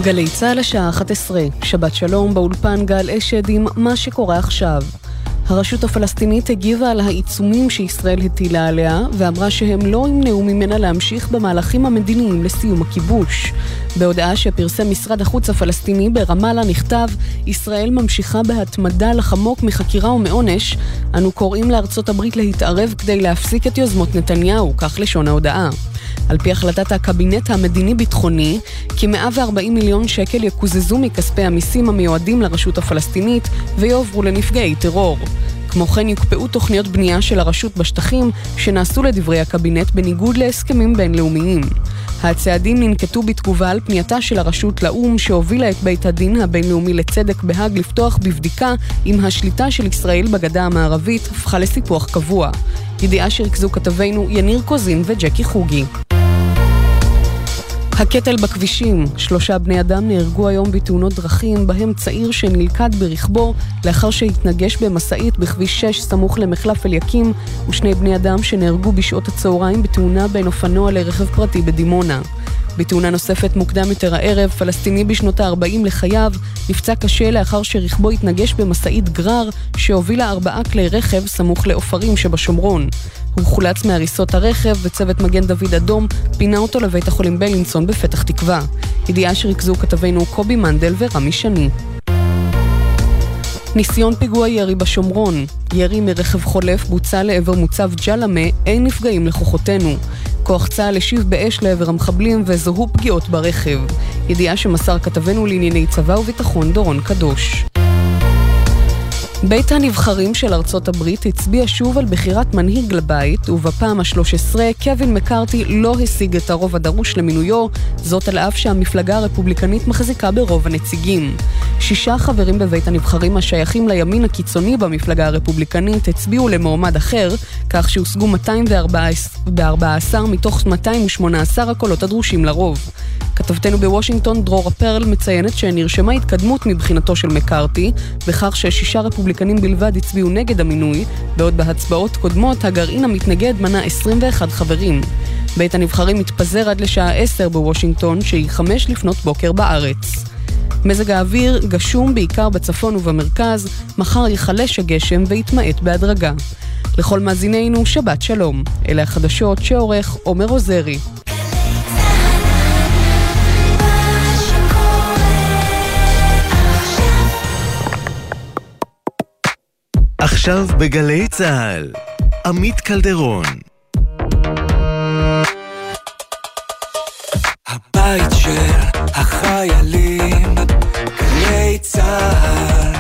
גלי צהל השעה 11, שבת שלום, באולפן גל אשד עם מה שקורה עכשיו. הרשות הפלסטינית הגיבה על העיצומים שישראל הטילה עליה, ואמרה שהם לא ימנעו ממנה להמשיך במהלכים המדיניים לסיום הכיבוש. בהודעה שפרסם משרד החוץ הפלסטיני ברמאללה נכתב, ישראל ממשיכה בהתמדה לחמוק מחקירה ומעונש, אנו קוראים לארצות הברית להתערב כדי להפסיק את יוזמות נתניהו, כך לשון ההודעה. על פי החלטת הקבינט המדיני-ביטחוני, כ-140 מיליון שקל יקוזזו מכספי המיסים המיועדים לרשות הפלסטינית ויועברו לנפגעי טרור. כמו כן יוקפאו תוכניות בנייה של הרשות בשטחים שנעשו לדברי הקבינט בניגוד להסכמים בינלאומיים. הצעדים ננקטו בתגובה על פנייתה של הרשות לאום שהובילה את בית הדין הבינלאומי לצדק בהאג לפתוח בבדיקה אם השליטה של ישראל בגדה המערבית הפכה לסיפוח קבוע. ידיעה שריכזו כתבינו יניר קוזין וג'קי חוגי. הקטל בכבישים, 3 בני אדם נהרגו היום בתאונות דרכים, בהם צעיר שנלכד ברכבו לאחר שהתנגש במסעית בכביש 6 סמוך למחלף אליקים, ו2 בני אדם שנהרגו בשעות הצהריים בתאונה בין אופנוע לרכב פרטי בדימונה. בתאונה נוספת מוקדם יותר הערב, פלסטיני בשנות ה-40 לחייו נפצע קשה לאחר שרכבו התנגש במסעית גרר שהובילה 4 כלי רכב סמוך לאופרים שבשומרון. הוא חולץ מהריסות הרכב וצוות מגן דוד אדום פינה אותו לבית החולים בלינסון בפתח תקווה. ידיעה שריכזו כתבינו קובי מנדל ורמי שני. ניסיון פיגוע ירי בשומרון. ירי מרכב חולף בוצע לעבר מוצב ג'למה, אין נפגעים לכוחותינו. כוח צה"ל השיב באש לעבר המחבלים וזוהו פגיעות ברכב. ידיעה שמסר כתבנו לענייני צבא וביטחון דורון קדוש. בית הנבחרים של ארצות הברית הצביע שוב על בחירת מנהיג לבית, ובפעם ה-13 קווין מקארתי לא השיג את הרוב הדרוש למינויו, זאת על אף שהמפלגה הרפובליקנית מחזיקה ברוב הנציגים. 6 חברים בבית הנבחרים השייכים לימין הקיצוני במפלגה הרפובליקנית הצביעו למועמד אחר, כך שהושגו 214 מתוך 218 הקולות הדרושים לרוב. כתבתנו בוושינגטון דרור הפרל מציינת שנרשמה התקדמות מבחינתו של מקארתי, בכך ש6 רפובליקנים בלבד הצביעו נגד המינוי, בעוד בהצבעות קודמות הגרעין המתנגד מנה 21 חברים. בית הנבחרים מתפזר עד לשעה 10 בוושינגטון, שהיא 5 לפנות בוקר בארץ. מזג האוויר גשום בעיקר בצפון ובמרכז, מחר יחלש הגשם ויתמעט בהדרגה. לכל מאזינינו שבת שלום, אלה החדשות שעורך עומר עוזרי. עכשיו בגלי צהל, עמית קלדרון. הבית של החיילים, גלי צהל.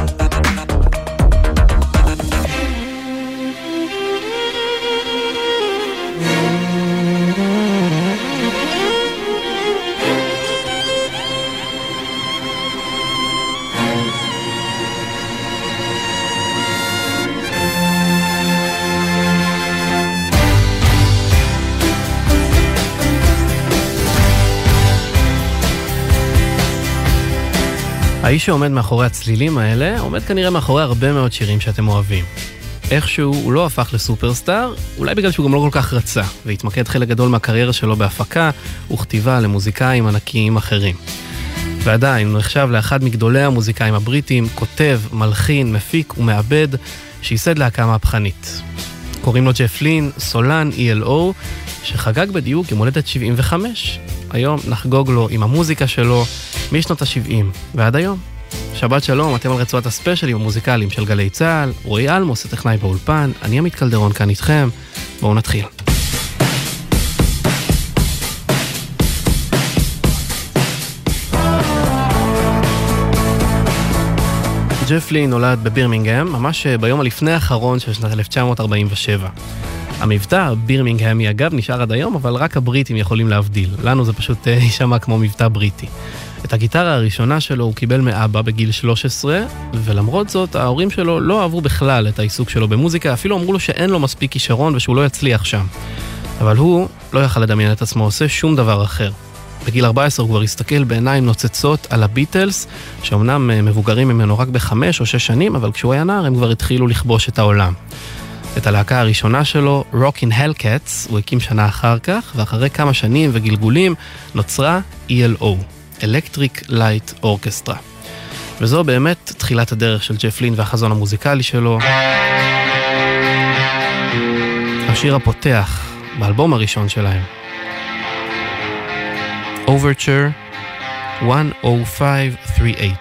האיש שעומד מאחורי הצלילים האלה עומד כנראה מאחורי הרבה מאוד שירים שאתם אוהבים. איכשהו הוא לא הפך לסופרסטאר, אולי בגלל שהוא גם לא כל כך רצה, והתמקד חלק גדול מהקריירה שלו בהפקה וכתיבה למוזיקאים ענקיים אחרים. ועדיין הוא נחשב לאחד מגדולי המוזיקאים הבריטים, כותב, מלחין, מפיק ומעבד, שייסד להקה מהפכנית. קוראים לו ג'ף לין, סולן ELO, שחגג בדיוק עם הולדת 75. היום נחגוג לו עם המוזיקה שלו משנות ה-70 ועד היום. שבת שלום, אתם על רצועת הספיישלים המוזיקליים של גלי צהל, רועי אלמוס, הטכנאי באולפן, אני עמית קלדרון כאן איתכם, בואו נתחיל. ג'ף לין נולד בבירמינגהם, ממש ביום הלפני האחרון של שנת 1947. המבטא בירמינגהמי אגב נשאר עד היום, אבל רק הבריטים יכולים להבדיל. לנו זה פשוט יישמע כמו מבטא בריטי. את הגיטרה הראשונה שלו הוא קיבל מאבא בגיל 13, ולמרות זאת ההורים שלו לא אהבו בכלל את העיסוק שלו במוזיקה, אפילו אמרו לו שאין לו מספיק כישרון ושהוא לא יצליח שם. אבל הוא לא יכל לדמיין את עצמו עושה שום דבר אחר. בגיל 14 הוא כבר הסתכל בעיניים נוצצות על הביטלס, שאומנם מבוגרים ממנו רק ב5 או 6 שנים, אבל כשהוא היה נער הם כבר התחילו לכבוש את העולם. את הלהקה הראשונה שלו, Rockin' Hellcats, הוא הקים שנה אחר כך, ואחרי כמה שנים וגלגולים נוצרה ELO. Electric Light Orchestra. וזו באמת תחילת הדרך של ג'ף לין והחזון המוזיקלי שלו. השיר הפותח באלבום הראשון שלהם. Overture 10538.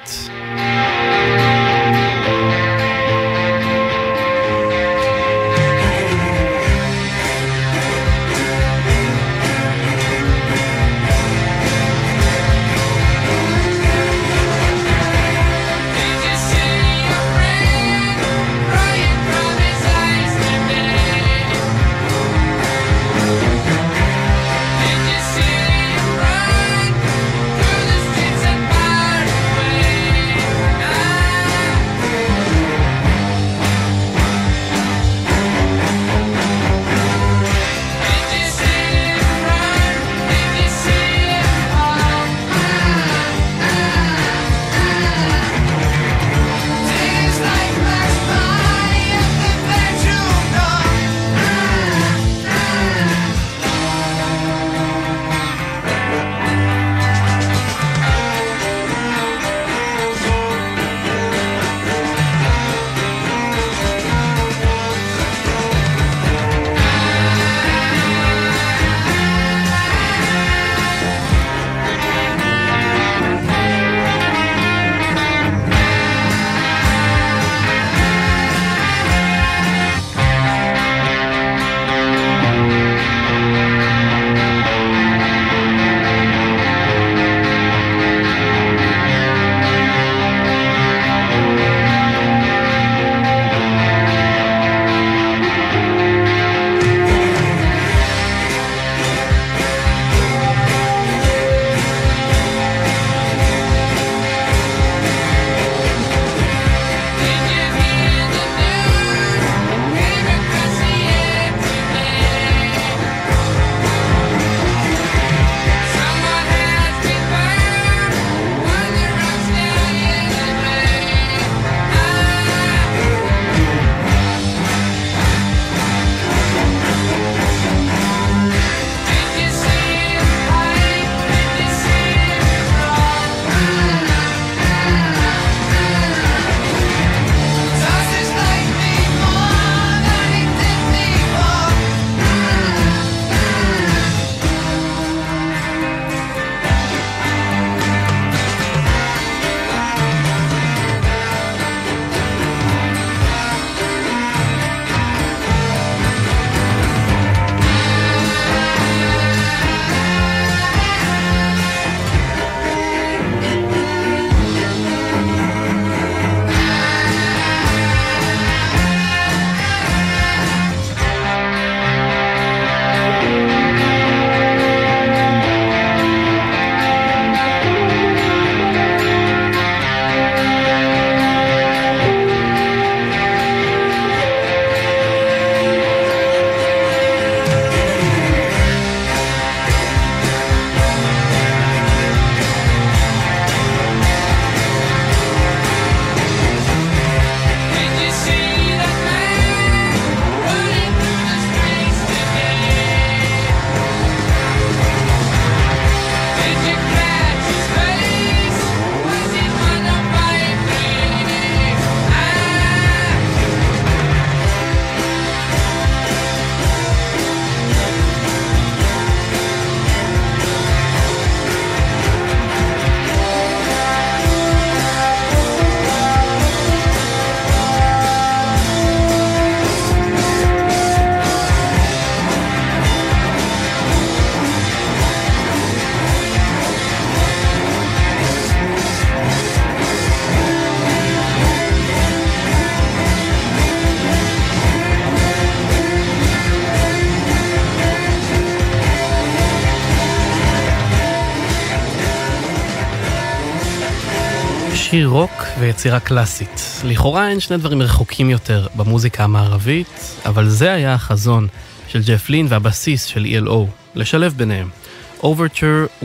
שיר רוק ויצירה קלאסית. לכאורה אין שני דברים רחוקים יותר במוזיקה המערבית, אבל זה היה החזון של ג'ף לין והבסיס של ELO, לשלב ביניהם. Overture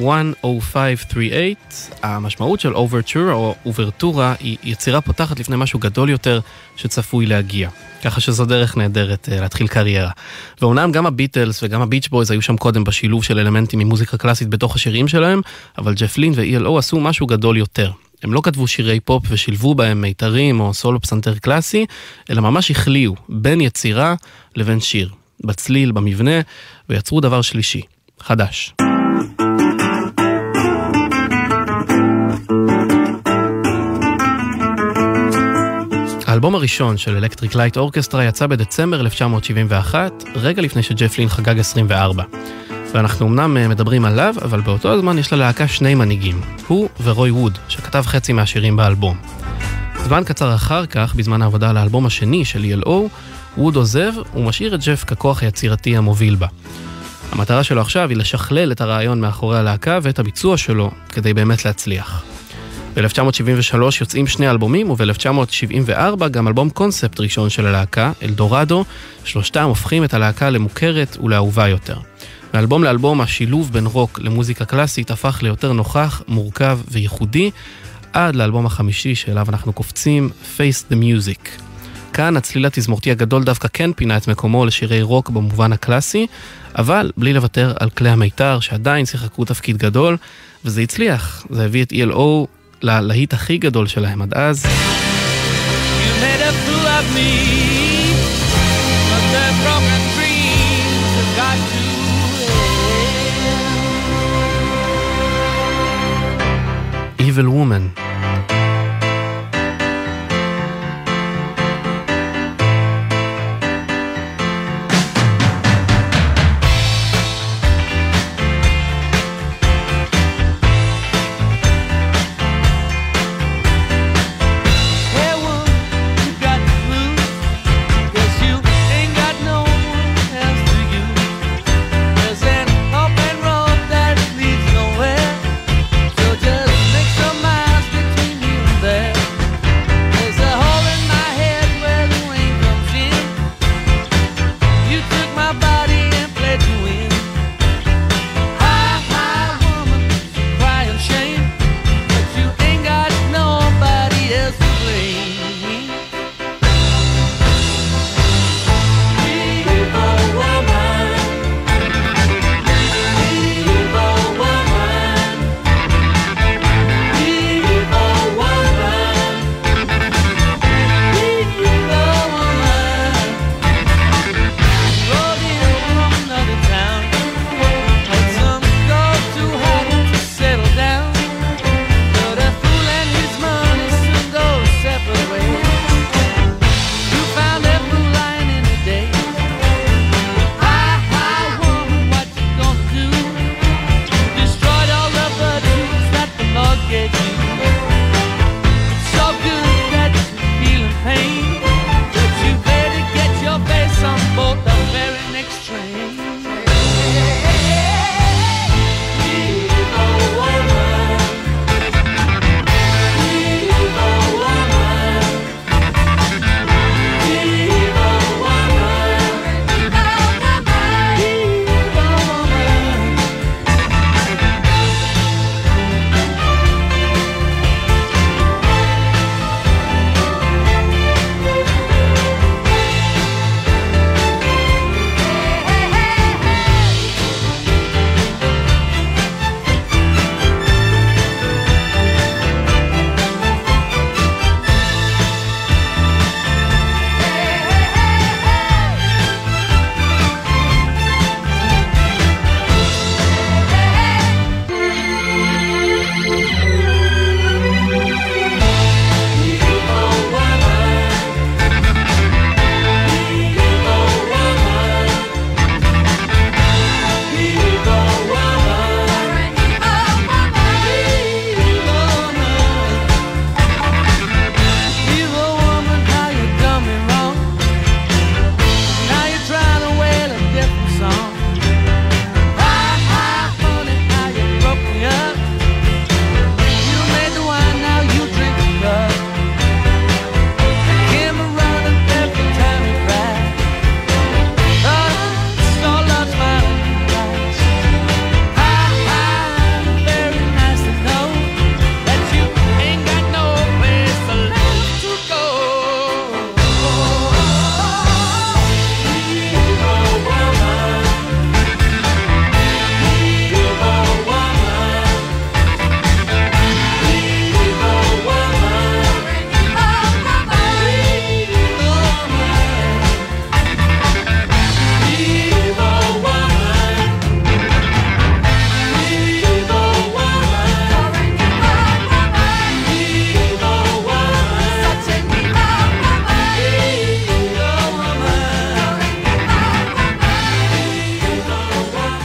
10538, המשמעות של Overture או אוברטורה היא יצירה פותחת לפני משהו גדול יותר שצפוי להגיע. ככה שזו דרך נהדרת להתחיל קריירה. ואומנם גם הביטלס וגם הביץ' בויז היו שם קודם בשילוב של אלמנטים ממוזיקה קלאסית בתוך השירים שלהם, אבל ג'ף לין ו-ELO עשו משהו גדול יותר. הם לא כתבו שירי פופ ושילבו בהם מיתרים או סולו פסנתר קלאסי, אלא ממש הכליאו בין יצירה לבין שיר, בצליל, במבנה, ויצרו דבר שלישי, חדש. האלבום הראשון של אלקטריק לייט אורקסטרה יצא בדצמבר 1971, רגע לפני שג'ף לין חגג 24. ואנחנו אמנם מדברים עליו, אבל באותו הזמן יש ללהקה שני מנהיגים, הוא ורוי ווד, שכתב חצי מהשירים באלבום. זמן קצר אחר כך, בזמן העבודה על האלבום השני של ELO, ווד עוזב ומשאיר את ג'ף ככוח היצירתי המוביל בה. המטרה שלו עכשיו היא לשכלל את הרעיון מאחורי הלהקה ואת הביצוע שלו כדי באמת להצליח. ב-1973 יוצאים שני אלבומים, וב-1974 גם אלבום קונספט ראשון של הלהקה, אלדורדו, שלושתם הופכים את הלהקה למוכרת ולאהובה יותר. מאלבום לאלבום השילוב בין רוק למוזיקה קלאסית הפך ליותר נוכח, מורכב וייחודי, עד לאלבום החמישי שאליו אנחנו קופצים, Face the Music. כאן הצליל התזמורתי הגדול דווקא כן פינה את מקומו לשירי רוק במובן הקלאסי, אבל בלי לוותר על כלי המיתר שעדיין שיחקו תפקיד גדול, וזה הצליח. זה הביא את ELO להיט הכי גדול שלהם עד אז. You made a fool of me, but the broken dreams have got to end. Evil Woman. Make some miles to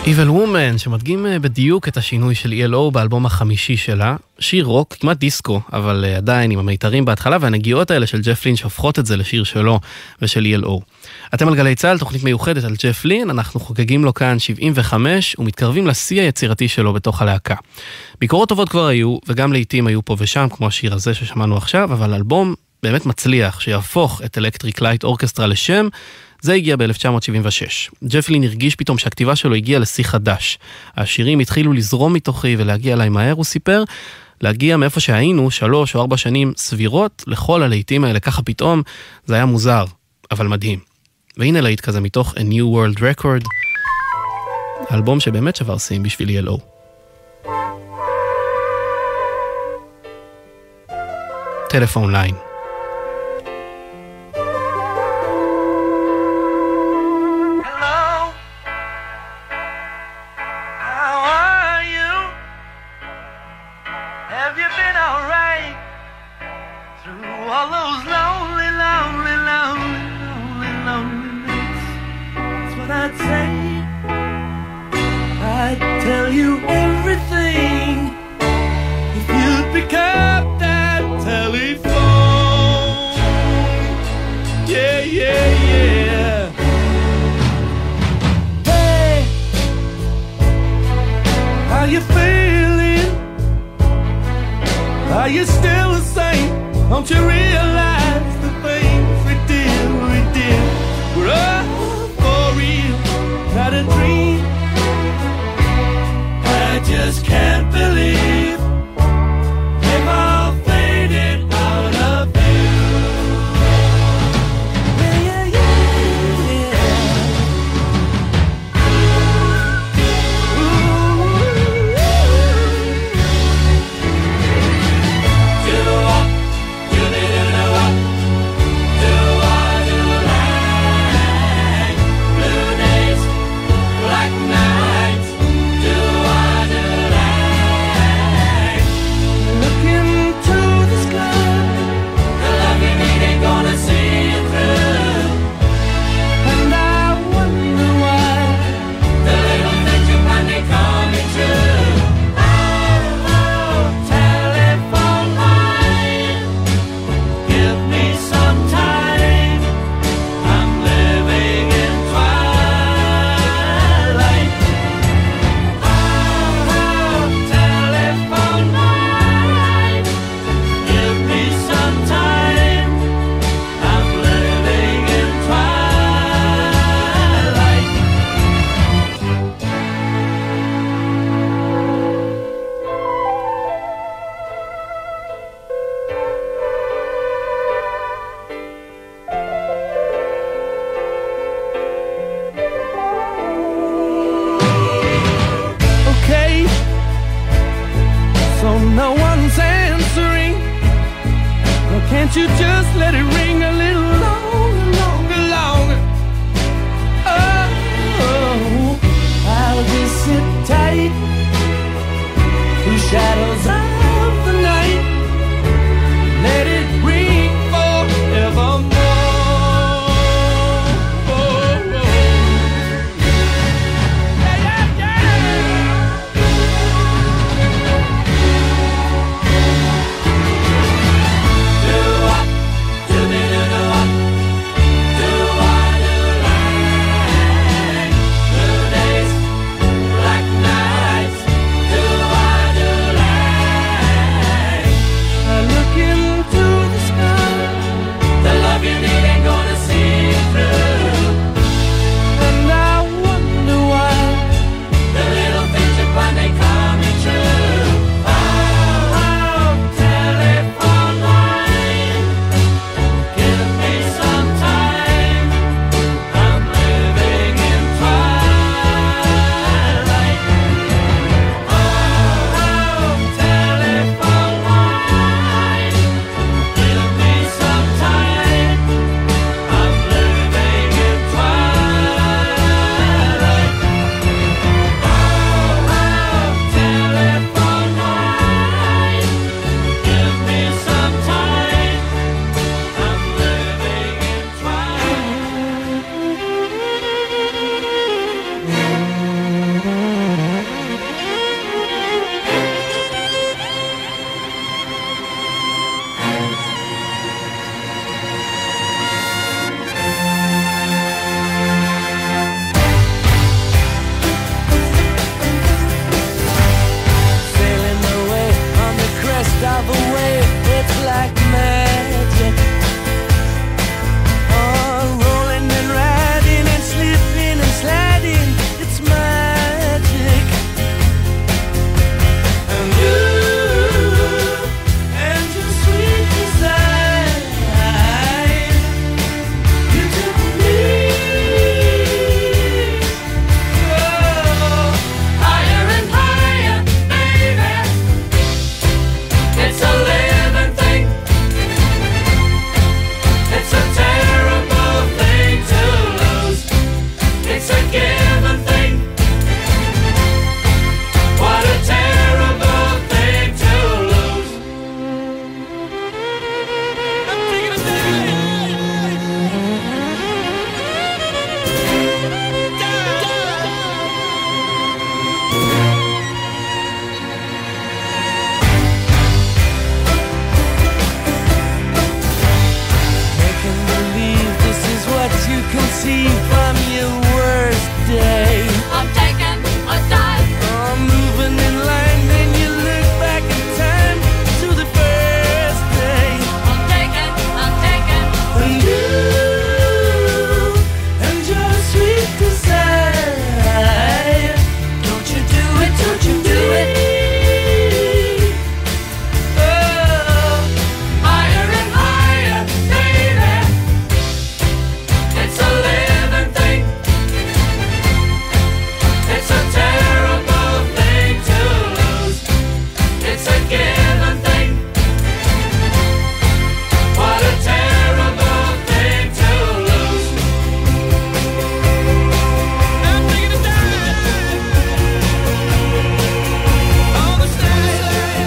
Evil Woman, שמדגים בדיוק את השינוי של ELO באלבום החמישי שלה, שיר רוק, כמעט דיסקו, אבל עדיין עם המיתרים בהתחלה, והנגיעות האלה של ג'ף לין שהופכות את זה לשיר שלו ושל ELO. אתם על גלי צהל, תוכנית מיוחדת על ג'ף לין, אנחנו חוגגים לו כאן 75, ומתקרבים לשיא היצירתי שלו בתוך הלהקה. ביקורות טובות כבר היו, וגם לעיתים היו פה ושם, כמו השיר הזה ששמענו עכשיו, אבל אלבום באמת מצליח, שיהפוך את אלקטריק לייט אורקסטרה לשם, זה הגיע ב-1976. ג'ף לין הרגיש פתאום שהכתיבה שלו הגיעה לשיא חדש. השירים התחילו לזרום מתוכי ולהגיע אליי מהר, הוא סיפר, להגיע מאיפה שהיינו 3 או 4 שנים סבירות לכל הלהיטים האלה, ככה פתאום זה היה מוזר, אבל מדהים. והנה להיט כזה מתוך A New World Record, האלבום שבאמת שבר שיאים בשביל ELO. טלפון ליין. You free from your worst day. I'm taking a dive. I'm moving in line, then you look back in time to the first day. I'm taking And you and your sweet desire. Don't you do it, don't you do it. Oh, Higher and higher, baby. It's a living thing. It's a terrible thing to lose. It's a given thing. What a terrible thing to lose. I'm taking a dive on the side.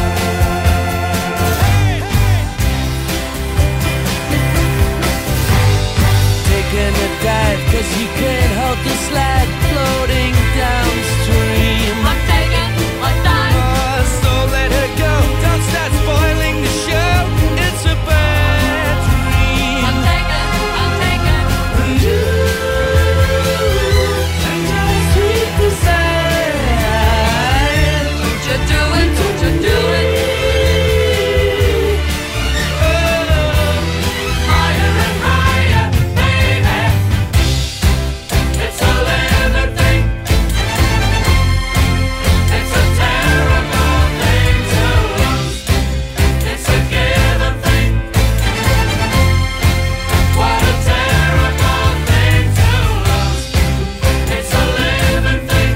Taking a dive 'cause you can't help the slide floating downstream. I'm taking a dive. Oh, so let her go. Don't start spoiling the show. It's a bad dream. I'm taking And you and your sweet desire. Don't you do it, don't you do it. Higher and higher, baby. It's a living thing. It's a terrible thing to lose. It's a given thing. What a terrible thing to lose. It's a living thing.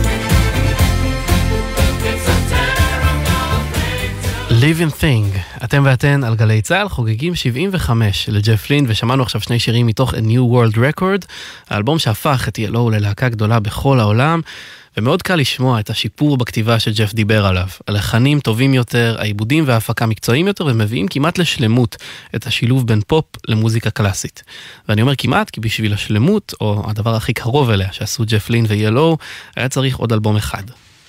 It's a terrible thing to Living Thing, אתם ואתן על גלי צהל חוגגים 75 לג'ף לין, ושמענו עכשיו שני שירים מתוך A New World Record, האלבום שהפך את ELO ללהקה גדולה בכל העולם, ומאוד קל לשמוע את השיפור בכתיבה שג'ף דיבר עליו. הלחנים טובים יותר, העיבודים וההפקה מקצועיים יותר, ומביאים כמעט לשלמות את השילוב בין פופ למוזיקה קלאסית. ואני אומר כמעט, כי בשביל השלמות, או הדבר הכי קרוב אליה שעשו ג'ף לין ו-ELO, היה צריך עוד אלבום אחד.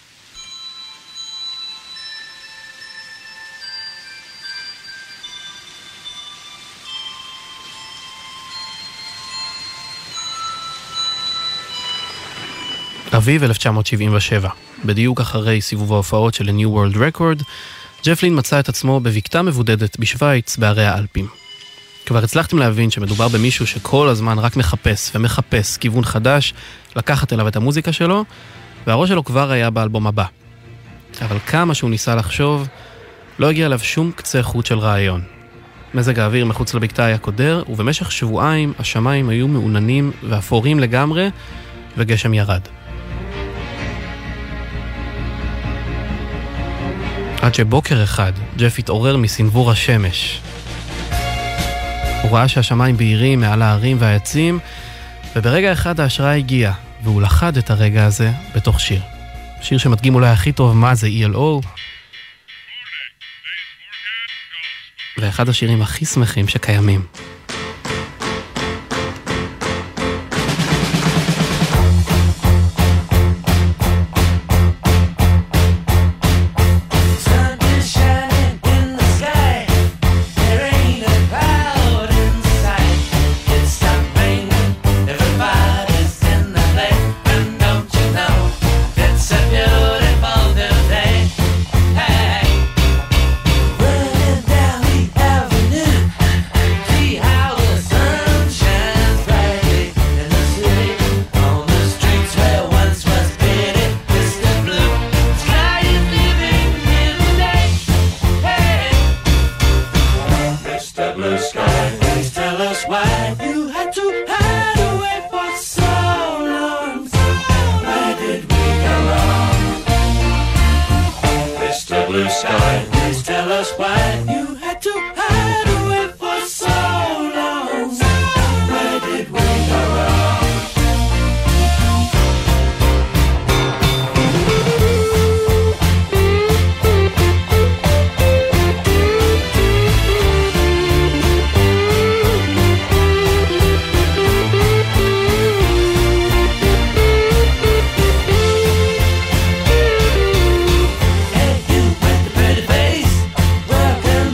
אביב 1977, בדיוק אחרי סיבוב ההופעות של A New World Record, ג'ף לין מצא את עצמו בבקתה מבודדת בשוויץ בערי האלפים. כבר הצלחתם להבין שמדובר במישהו שכל הזמן רק מחפש ומחפש כיוון חדש, לקחת אליו את המוזיקה שלו, והראש שלו כבר היה באלבום הבא. אבל כמה שהוא ניסה לחשוב, לא הגיע אליו שום קצה חוט של רעיון. מזג האוויר מחוץ לבקתה היה קודר, ובמשך שבועיים השמיים היו מעוננים ואפורים לגמרי, וגשם ירד. עד שבוקר אחד, ג'ף התעורר מסנבור השמש. הוא ראה שהשמיים בהירים מעל הערים והעצים, וברגע אחד ההשראה הגיעה, והוא לחד את הרגע הזה בתוך שיר. שיר שמדגים אולי הכי טוב מה זה ELO, ואחד השירים הכי שמחים שקיימים. Hey, you with the pretty face, welcome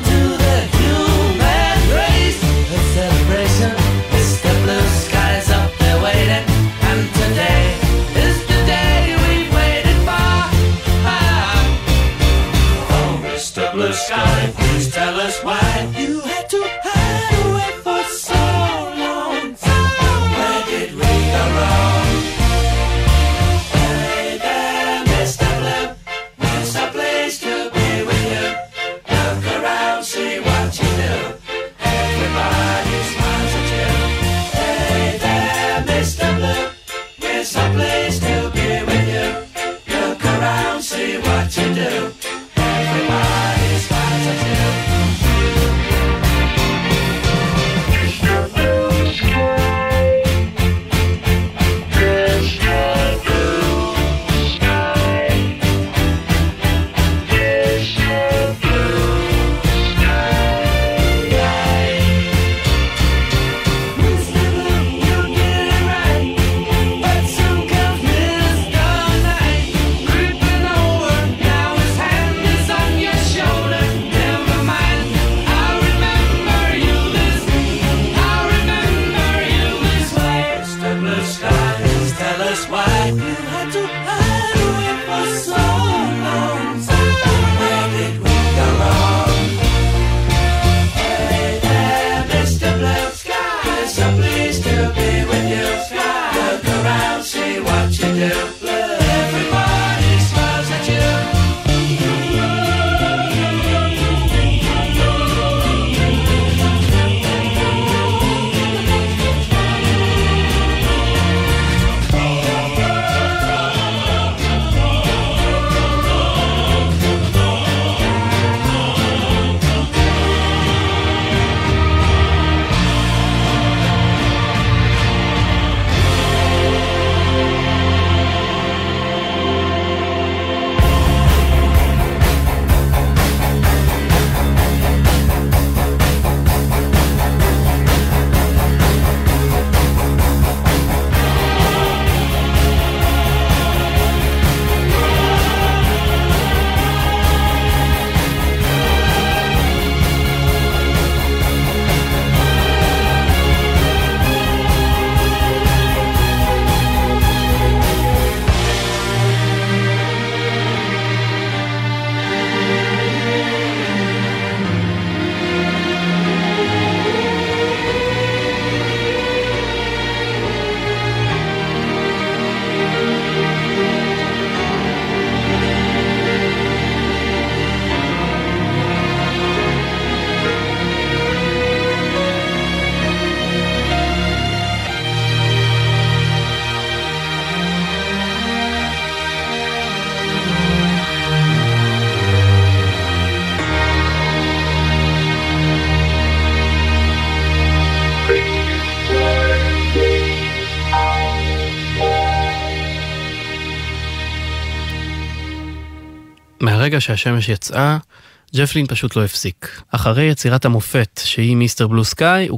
מהרגע שהשמש יצאה, ג'ף לין פשוט לא הפסיק. אחרי יצירת המופת שהיא מיסטר בלו סקאי,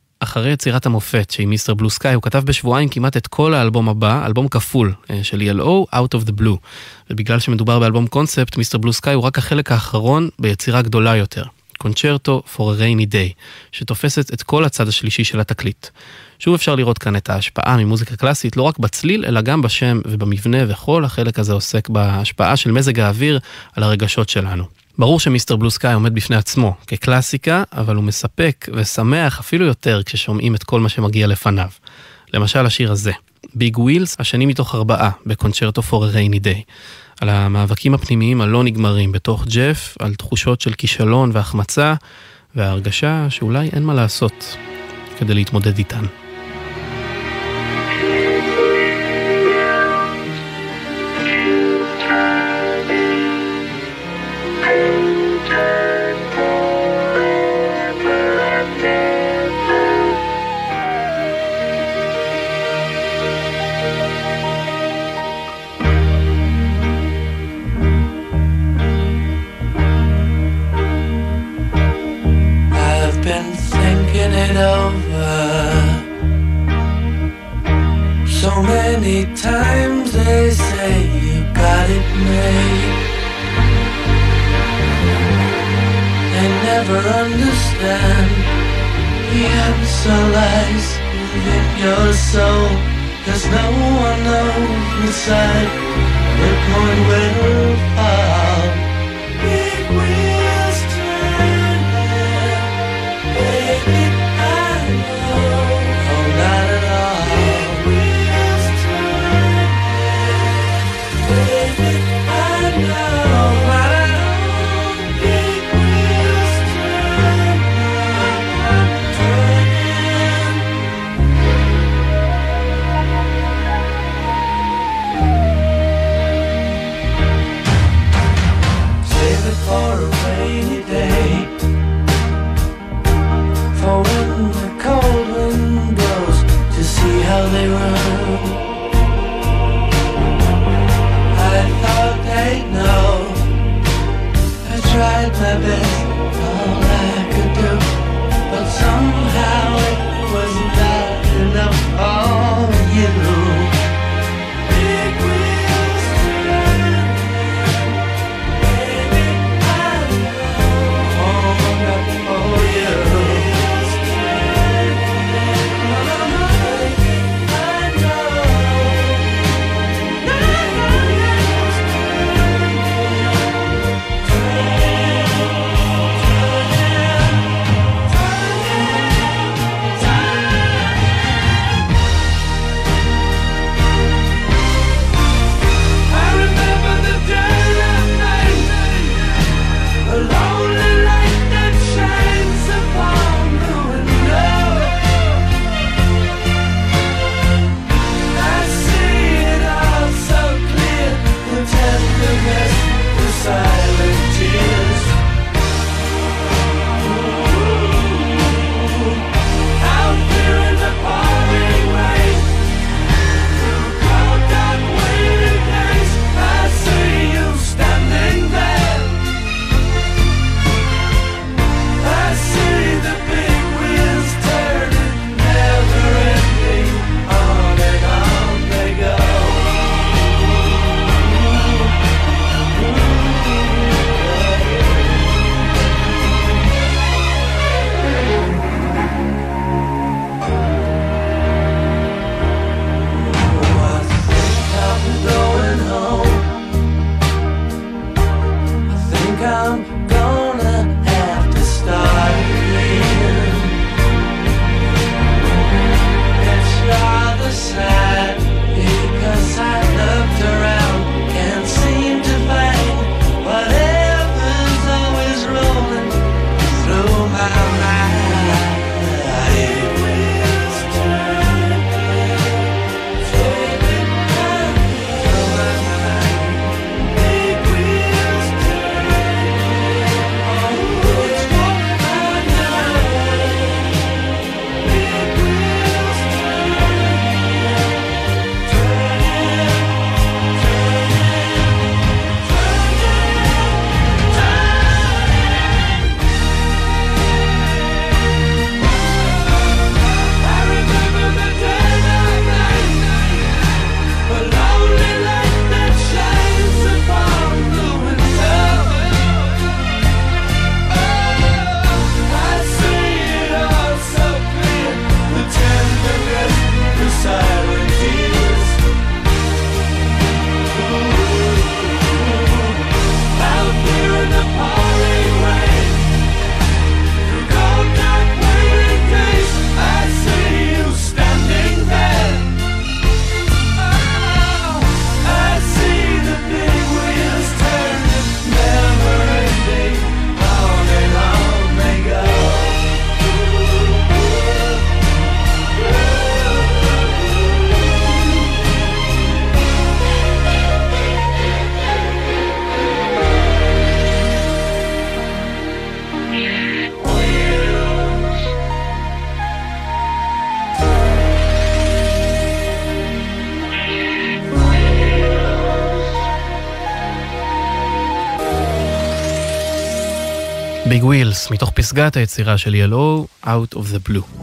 הוא כתב בשבועיים כמעט את כל האלבום הבא, אלבום כפול של ELO, Out of the Blue. ובגלל שמדובר באלבום קונספט, מיסטר בלו סקאי הוא רק החלק האחרון ביצירה גדולה יותר. קונצ'רטו for a rainy day, שתופסת את כל הצד השלישי של התקליט. שוב אפשר לראות כאן את ההשפעה ממוזיקה קלאסית, לא רק בצליל, אלא גם בשם ובמבנה, וכל החלק הזה עוסק בהשפעה של מזג האוויר על הרגשות שלנו. ברור שמיסטר בלו סקאי עומד בפני עצמו כקלאסיקה, אבל הוא מספק ושמח אפילו יותר כששומעים את כל מה שמגיע לפניו. למשל השיר הזה, ביג ווילס, השני מתוך 4 בקונצ'רטו for a rainy day. על המאבקים הפנימיים הלא נגמרים בתוך ג'ף, על תחושות של כישלון והחמצה, וההרגשה שאולי אין מה לעשות כדי להתמודד איתן. So many times they say you got it made. They never understand. The answer lies within your soul. 'Cause no one knows inside the point will fall. Big wheels turning, baby, I know. Oh, not at all. For a rainy day, for when the cold wind blows, to see how they run. I thought they'd know. I tried my best, all I could do, but somehow it was not enough for you. ביג ווילס, מתוך פסגת היצירה של ELO, Out of the Blue.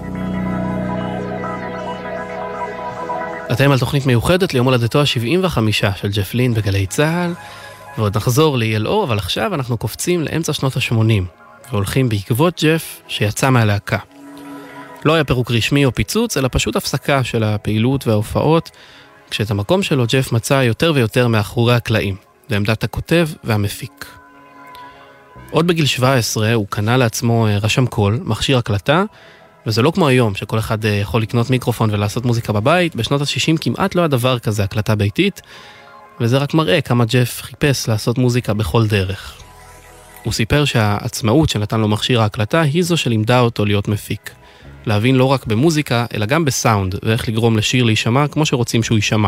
אתם על תוכנית מיוחדת ליום הולדתו ה-75 של ג'ף לין בגלי צהל, ועוד נחזור ל-ELO, אבל עכשיו אנחנו קופצים לאמצע שנות ה-80, והולכים בעקבות ג'ף שיצא מהלהקה. לא היה פירוק רשמי או פיצוץ, אלא פשוט הפסקה של הפעילות וההופעות, כשאת המקום שלו ג'ף מצא יותר ויותר מאחורי הקלעים, לעמדת הכותב והמפיק. עוד בגיל 17 הוא קנה לעצמו רשם קול, מכשיר הקלטה, וזה לא כמו היום, שכל אחד יכול לקנות מיקרופון ולעשות מוזיקה בבית. בשנות ה-60 כמעט לא היה דבר כזה, הקלטה ביתית, וזה רק מראה כמה ג'ף חיפש לעשות מוזיקה בכל דרך. הוא סיפר שהעצמאות שנתן לו מכשיר ההקלטה היא זו שלימדה אותו להיות מפיק. להבין לא רק במוזיקה, אלא גם בסאונד, ואיך לגרום לשיר להישמע כמו שרוצים שהוא יישמע.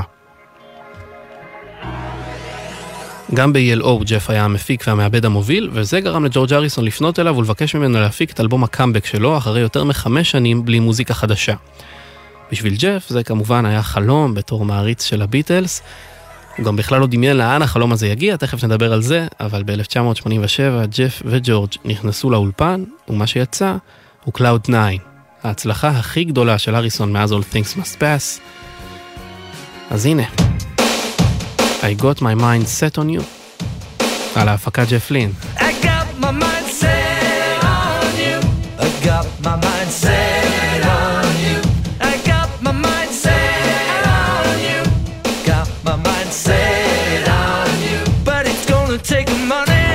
גם ב-ELO ג'ף היה המפיק והמעבד המוביל, וזה גרם לג'ורג' אריסון לפנות אליו ולבקש ממנו להפיק את אלבום הקאמבק שלו אחרי יותר מ5 שנים בלי מוזיקה חדשה. בשביל ג'ף זה כמובן היה חלום בתור מעריץ של הביטלס. הוא גם בכלל לא דמיין לאן החלום הזה יגיע, תכף נדבר על זה, אבל ב-1987 ג'ף וג'ורג' נכנסו לאולפן, ומה שיצא הוא Cloud 9, ההצלחה הכי גדולה של אריסון מאז All Things Must Pass. אז הנה, I got my mind set on you, על ההפקה ג'ף לין. I got my mind set on you. I got my mind set on you. I got my mind set on you. Got my mind set on you. But it's gonna take money,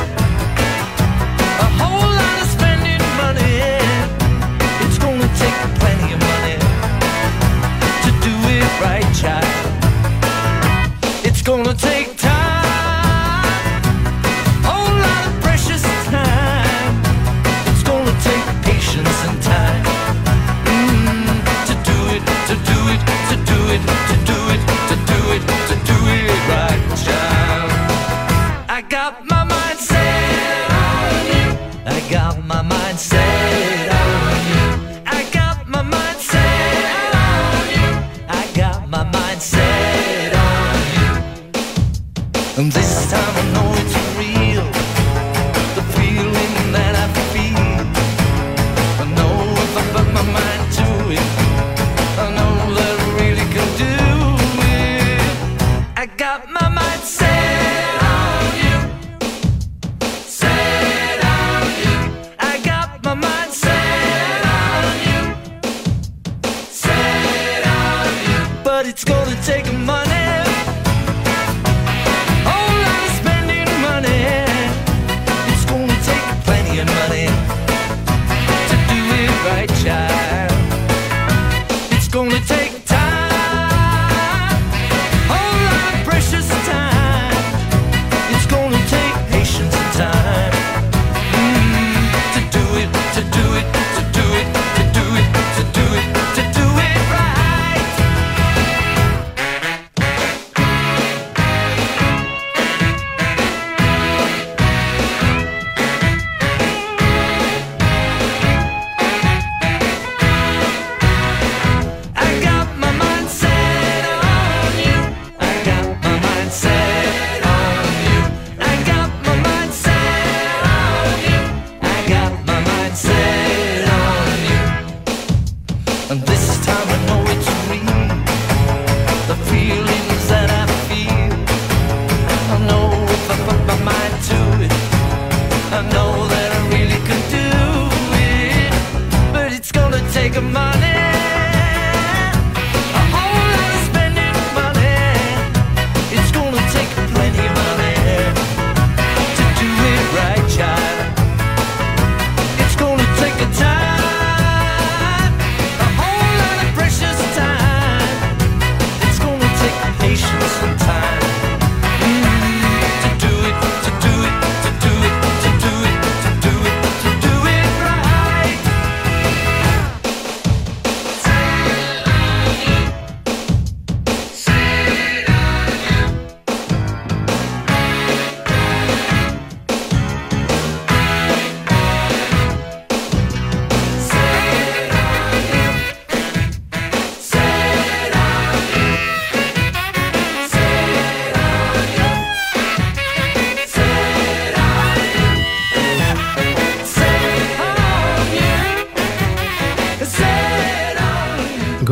a whole lot of spending money. It's gonna take plenty of money to do it right, child. It's gonna take time, whole lot of precious time. It's gonna take patience and time to do it, to do it, to do it, to do it, to do it, to do it right, child. I got my mind set on you. I got my mind set on you. I got my mind set on you. I got my mind set on you. And this time I know it's real, the feeling that I feel. I know if I put my mind to it, I know that I really can do it. I got my mind set on you, set on you. I got my mind set on you, set on you. But it's gonna take money, whole lot of spending money. It's gonna take plenty of money to do it right, child. It's gonna take time, whole lot of precious time. It's gonna take patience and time to do it, to do it, to do it, to do it, to do it, to do it right. I got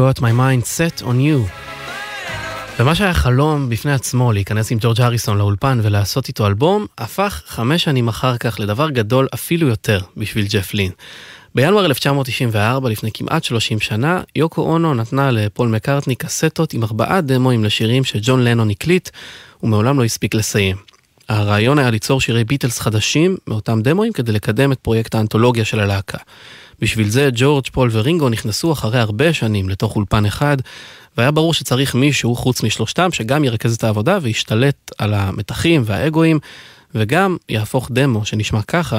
got my mind set on you. ומה שהיה חלום בפני עצמו להיכנס עם ג'ורג' הריסון לאולפן ולעשות איתו אלבום, הפך 5 שנים אחר כך לדבר גדול אפילו יותר בשביל ג'ף לין. בינואר 1994, לפני כמעט 30 שנה, יוקו אונו נתנה לפול מקארטני קסטות עם 4 דמוים לשירים שג'ון לנון הקליט, ומעולם לא הספיק לסיים. הרעיון היה ליצור שירי ביטלס חדשים מאותם דמוים כדי לקדם את פרויקט האנתולוגיה של הלהקה. בשביל זה ג'ורג', פול ורינגו נכנסו אחרי הרבה שנים לתוך אולפן אחד, והיה ברור שצריך מישהו חוץ משלושתם שגם ירכז את העבודה וישתלט על המתחים והאגואים, וגם יהפוך דמו שנשמע ככה.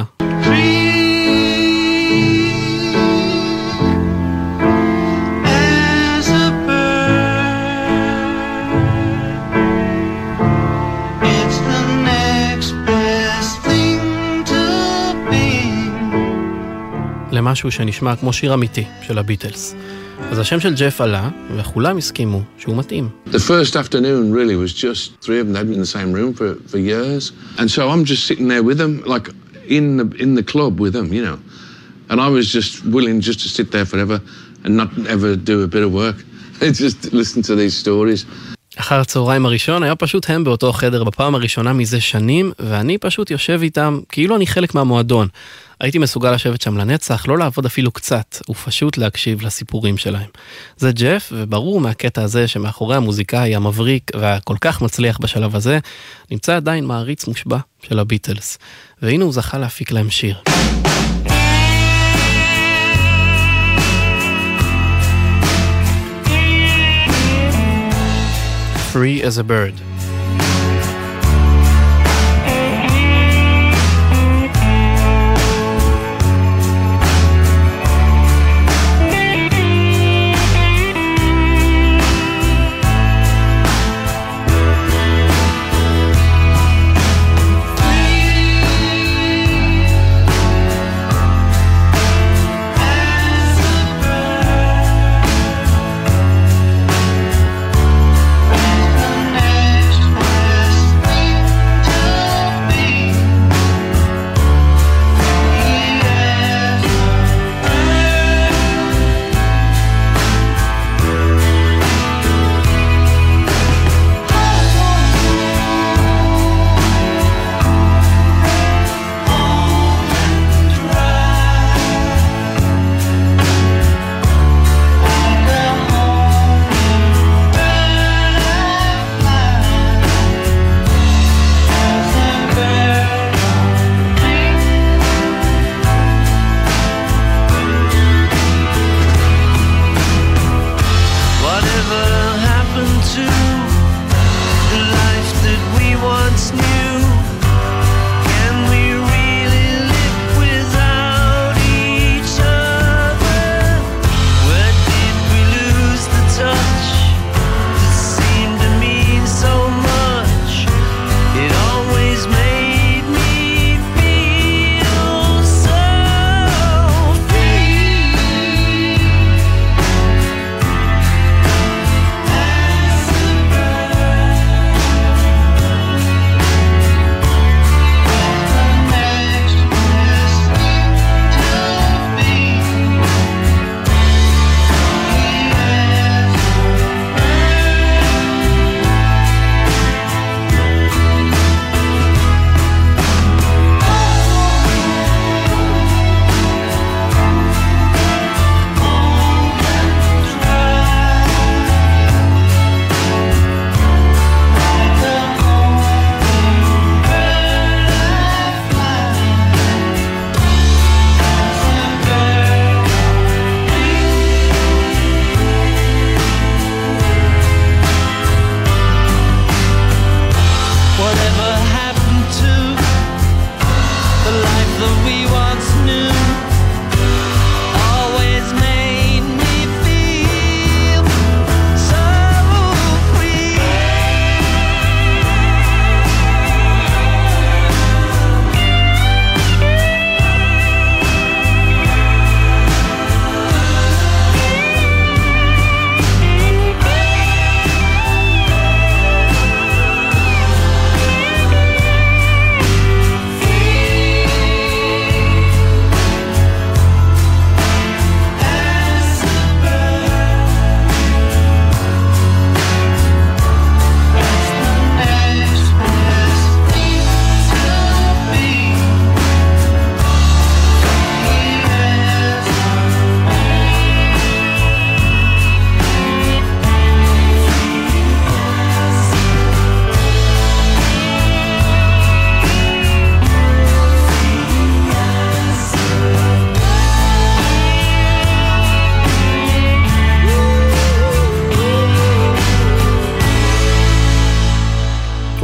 למשהו שנשמע כמו שיר אמיתי של הביטלס. אז השם של ג'ף עלה, וכולם הסכימו שהוא מתאים. The first afternoon really was just 3 of them had been in the same room for years. And so I'm just sitting there with them, like in the club with them, you know. And I was just willing just to sit there forever and not ever do a bit of work. Just listen to these stories. אחר הצהריים הראשון היה פשוט הם באותו חדר בפעם הראשונה מזה שנים, ואני פשוט יושב איתם כאילו אני חלק מהמועדון. הייתי מסוגל לשבת שם לנצח, לא לעבוד אפילו קצת, ופשוט להקשיב לסיפורים שלהם. זה ג'ף, וברור מהקטע הזה שמאחורי המוזיקאי המבריק והכל כך מצליח בשלב הזה, נמצא עדיין מעריץ מושבע של הביטלס. והנה הוא זכה להפיק להם שיר. Free as a bird.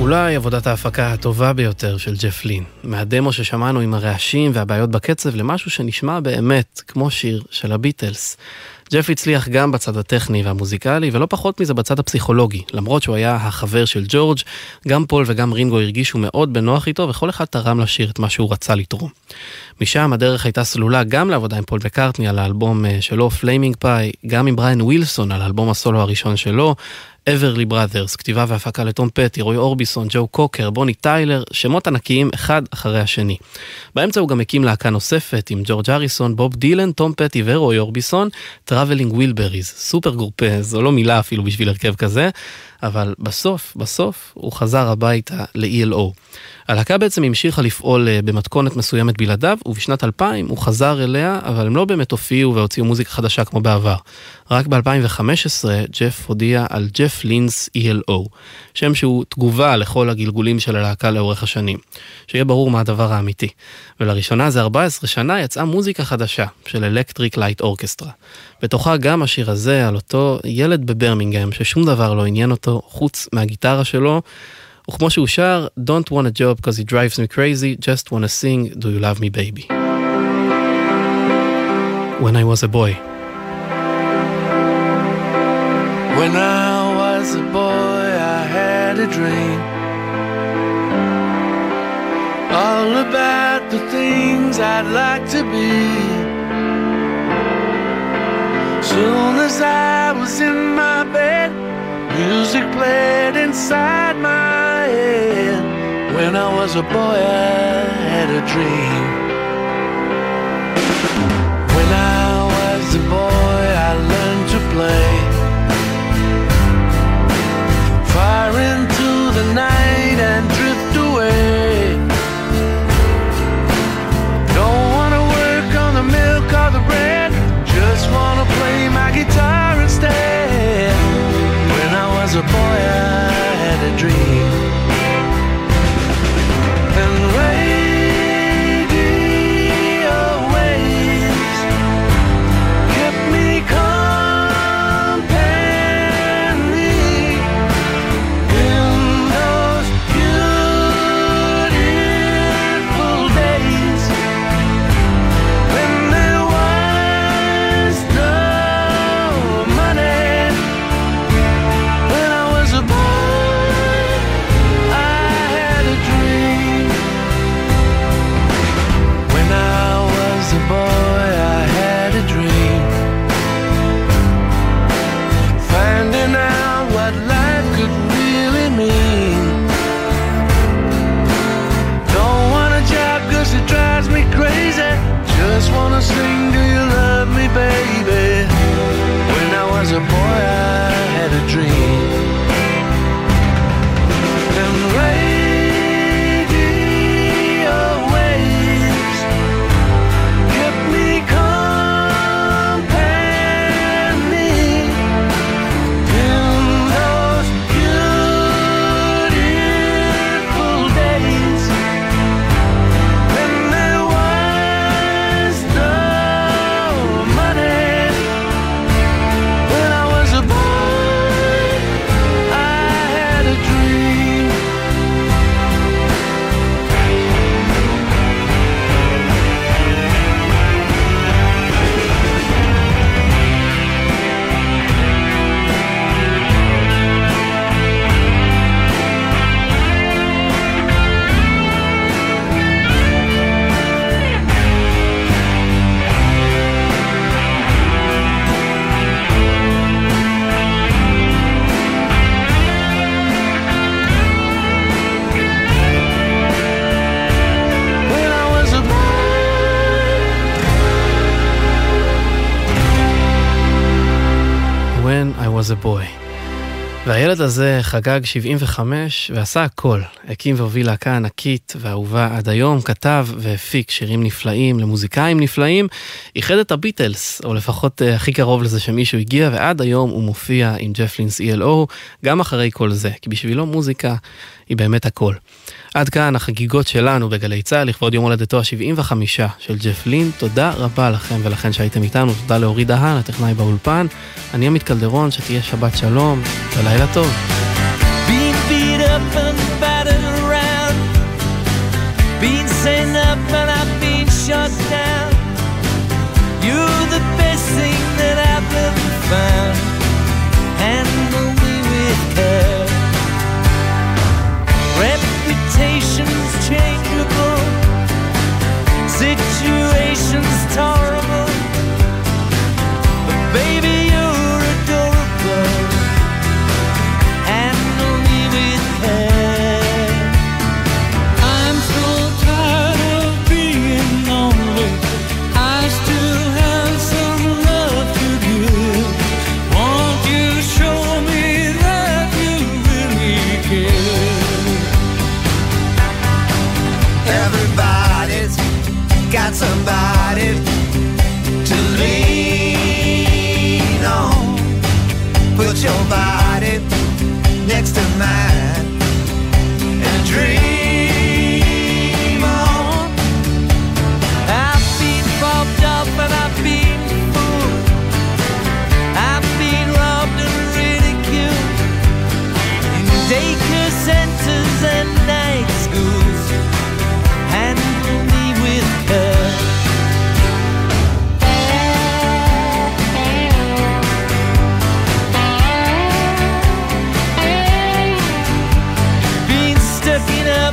אולי עבודת ההפקה הטובה ביותר של ג'ף לין, מהדמו ששמענו עם הרעשים והבעיות בקצב למשהו שנשמע באמת כמו שיר של הביטלס. ג'ף הצליח גם בצד הטכני והמוזיקלי, ולא פחות מזה בצד הפסיכולוגי. למרות שהוא היה החבר של ג'ורג', גם פול וגם רינגו הרגישו מאוד בנוח איתו, וכל אחד תרם לשיר את מה שהוא רצה לתרום. משם הדרך הייתה סלולה גם לעבודה עם פול מקרטני על האלבום שלו, פליימינג פאי, גם עם בריין ווילסון על האלבום הסולו הראשון שלו, אברלי בראדרס, כתיבה והפקה לטום פטי, רוי אורביסון, ג'ו קוקר, בוני טיילר, שמות ענקיים אחד אחרי השני. באמצע הוא גם הקים להקה נוספת עם ג'ורג' הריסון, בוב דילן, טום פטי ורוי אורביסון, טראבלינג ווילבריז, סופר גרופה, זו לא מילה אפילו בשביל הרכב כזה, אבל בסוף הוא חזר הביתה ל-ELO. הלהקה בעצם המשיכה לפעול במתכונת מסוימת בלעדיו, ובשנת 2000 הוא חזר אליה, אבל הם לא באמת הופיעו והוציאו מוזיקה חדשה כמו בעבר. רק ב-2015 ג'ף הודיע על ג'ף לינס ELO, שם שהוא תגובה לכל הגלגולים של הלהקה לאורך השנים. שיהיה ברור מה הדבר האמיתי. ולראשונה זה 14 שנה יצאה מוזיקה חדשה של אלקטריק לייט אורקסטרה. בתוכה גם השיר הזה על אותו ילד בברמינגהם ששום דבר לא עניין אותו חוץ מהגיטרה שלו, וכמו שהוא שר, Don't want a job because it drives me crazy, just want to sing, do you love me baby. When I was a boy. When I was a boy, I had a dream all about the things I'd like to be. Soon as I was in my bed, music played inside my head. When I was a boy, I had a dream. When I was a boy, I learned to play far into the night and drift away. Don't wanna work on the milk or the bread, just wanna play my guitar instead. When I was a boy, I had a dream. And radio waves kept me company in those beautiful days when there was no money. When I was a boy, I had a dream. When I was a boy, I had a dream. Finding out what life could really mean. Don't want a job 'cause it drives me crazy. Just wanna sing, do you love me baby? When I was a boy, I had a dream. And radio waves kept me company in those beautiful days when there was no money. When I was a boy, I had a dream. When I was a boy. When I was a boy. והילד הזה חגג 75 ועשה הכל. הקים והוביל להקה ענקית ואהובה עד היום, כתב והפיק שירים נפלאים למוזיקאים נפלאים, איחד את הביטלס, או לפחות הכי קרוב לזה שמישהו הגיע, ועד היום הוא מופיע עם ג'ף לינס ELO, גם אחרי כל זה, כי בשבילו מוזיקה היא באמת הכל. עד כאן החגיגות שלנו בגלי צהל, לכבוד יום הולדתו ה-75 של ג'ף לין. תודה רבה לכם ולכן שהייתם איתנו, תודה לאורי דהן, הטכנאי באולפן. אני עמית קלדרון, שתהיה שבת שלום ולילה טוב. Being beat up and battered around. Been sent up and I've been shot down. You're the best thing that I've ever found. Handle me with care. Reputation's changeable, situation's tolerable, but baby you're adorable. Handle me with care. I'm so tired of being lonely. I still have some love to give. Won't you show me that you really care? Everybody's got somebody to lean on. Put your body next to mine and dream on. I've been bobbed up and I've been fooled. I've been robbed and ridiculed in daycare centers and night schools. Handle me with care. Been stuck in a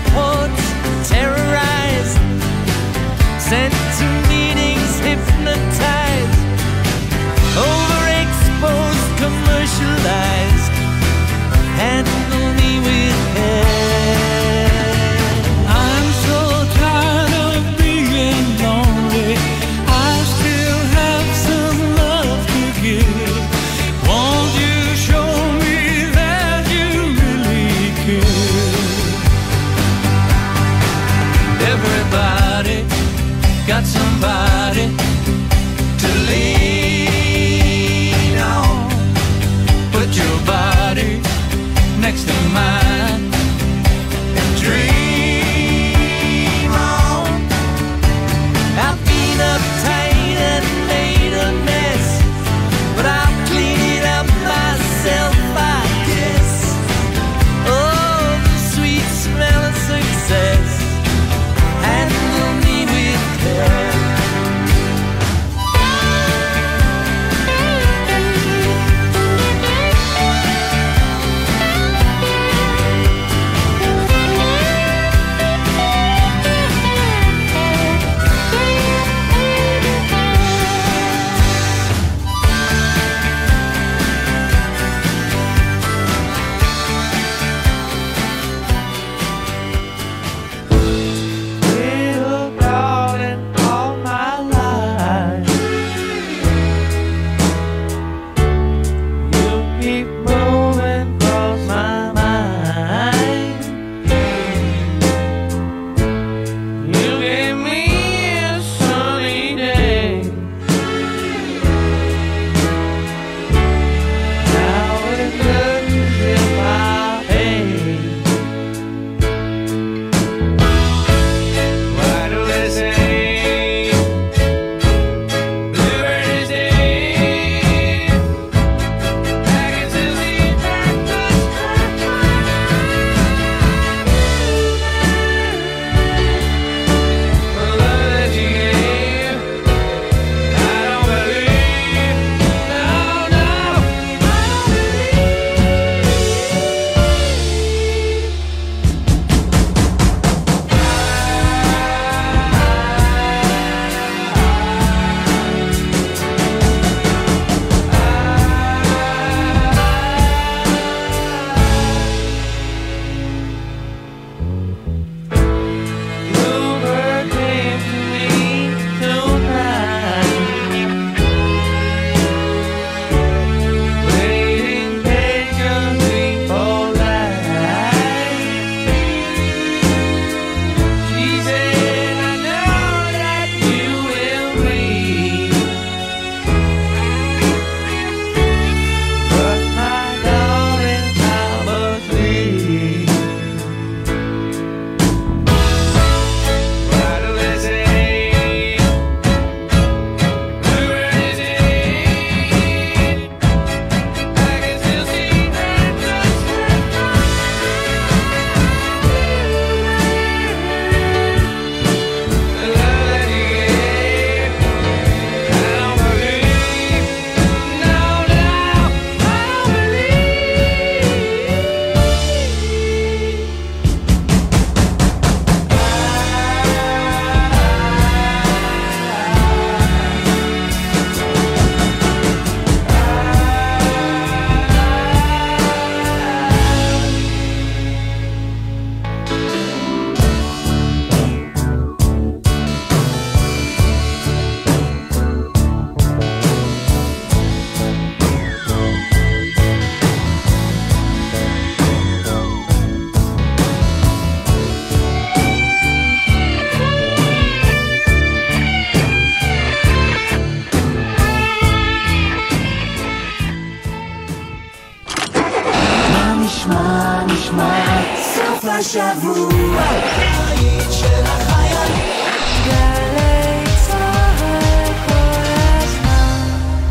נשמע, נשמע סוף השבוע בית של החיילים גלי צהל כל הזמן.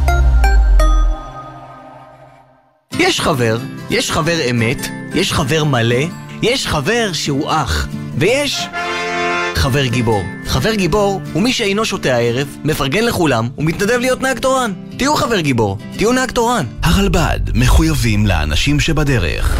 יש חבר אמת, יש חבר מלא, יש חבר שהוא אח, ויש חבר גיבור. חבר גיבור הוא מי שאינו שותה הערב, מפרגן לכולם ומתנדב להיות נהג תורן. תהיו חבר גיבור, תהיו נהג תורן. הרלב"ד מחויבים לאנשים שבדרך.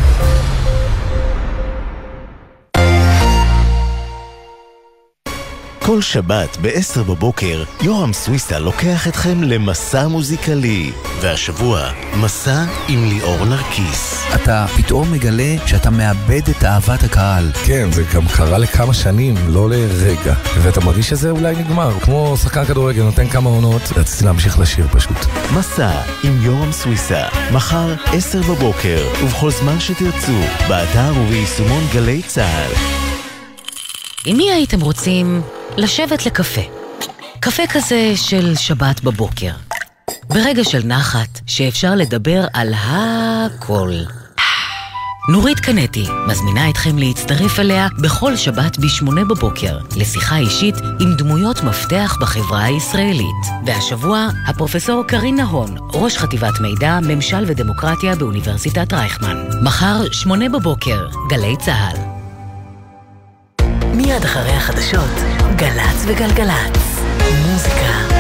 כל שבת ב-10 בבוקר יורם סוויסה לוקח אתכם למסע מוזיקלי, והשבוע מסע עם ליאור נרקיס. אתה פתאום מגלה שאתה מאבד את אהבת הקהל. כן, זה גם קרה לכמה שנים, לא לרגע. ואתה מרגיש שזה אולי נגמר. כמו שחקן כדורגל, נותן כמה עונות, רציתי להמשיך לשיר פשוט. מסע עם יורם סוויסה, מחר 10 בבוקר, ובכל זמן שתרצו, באתר וביישומון גלי צהל. עם מי הייתם רוצים לשבת לקפה? קפה כזה של שבת בבוקר. ברגע של נחת שאפשר לדבר על הכל. נורית קנטי מזמינה אתכם להצטרף אליה בכל שבת ב-8 בבוקר לשיחה אישית עם דמויות מפתח בחברה הישראלית. והשבוע הפרופסור קרין נהון, ראש חטיבת מידע, ממשל ודמוקרטיה באוניברסיטת רייכמן. מחר 8 בבוקר, גלי צהל. מיד אחרי החדשות, גלץ וגלגלץ. מוזיקה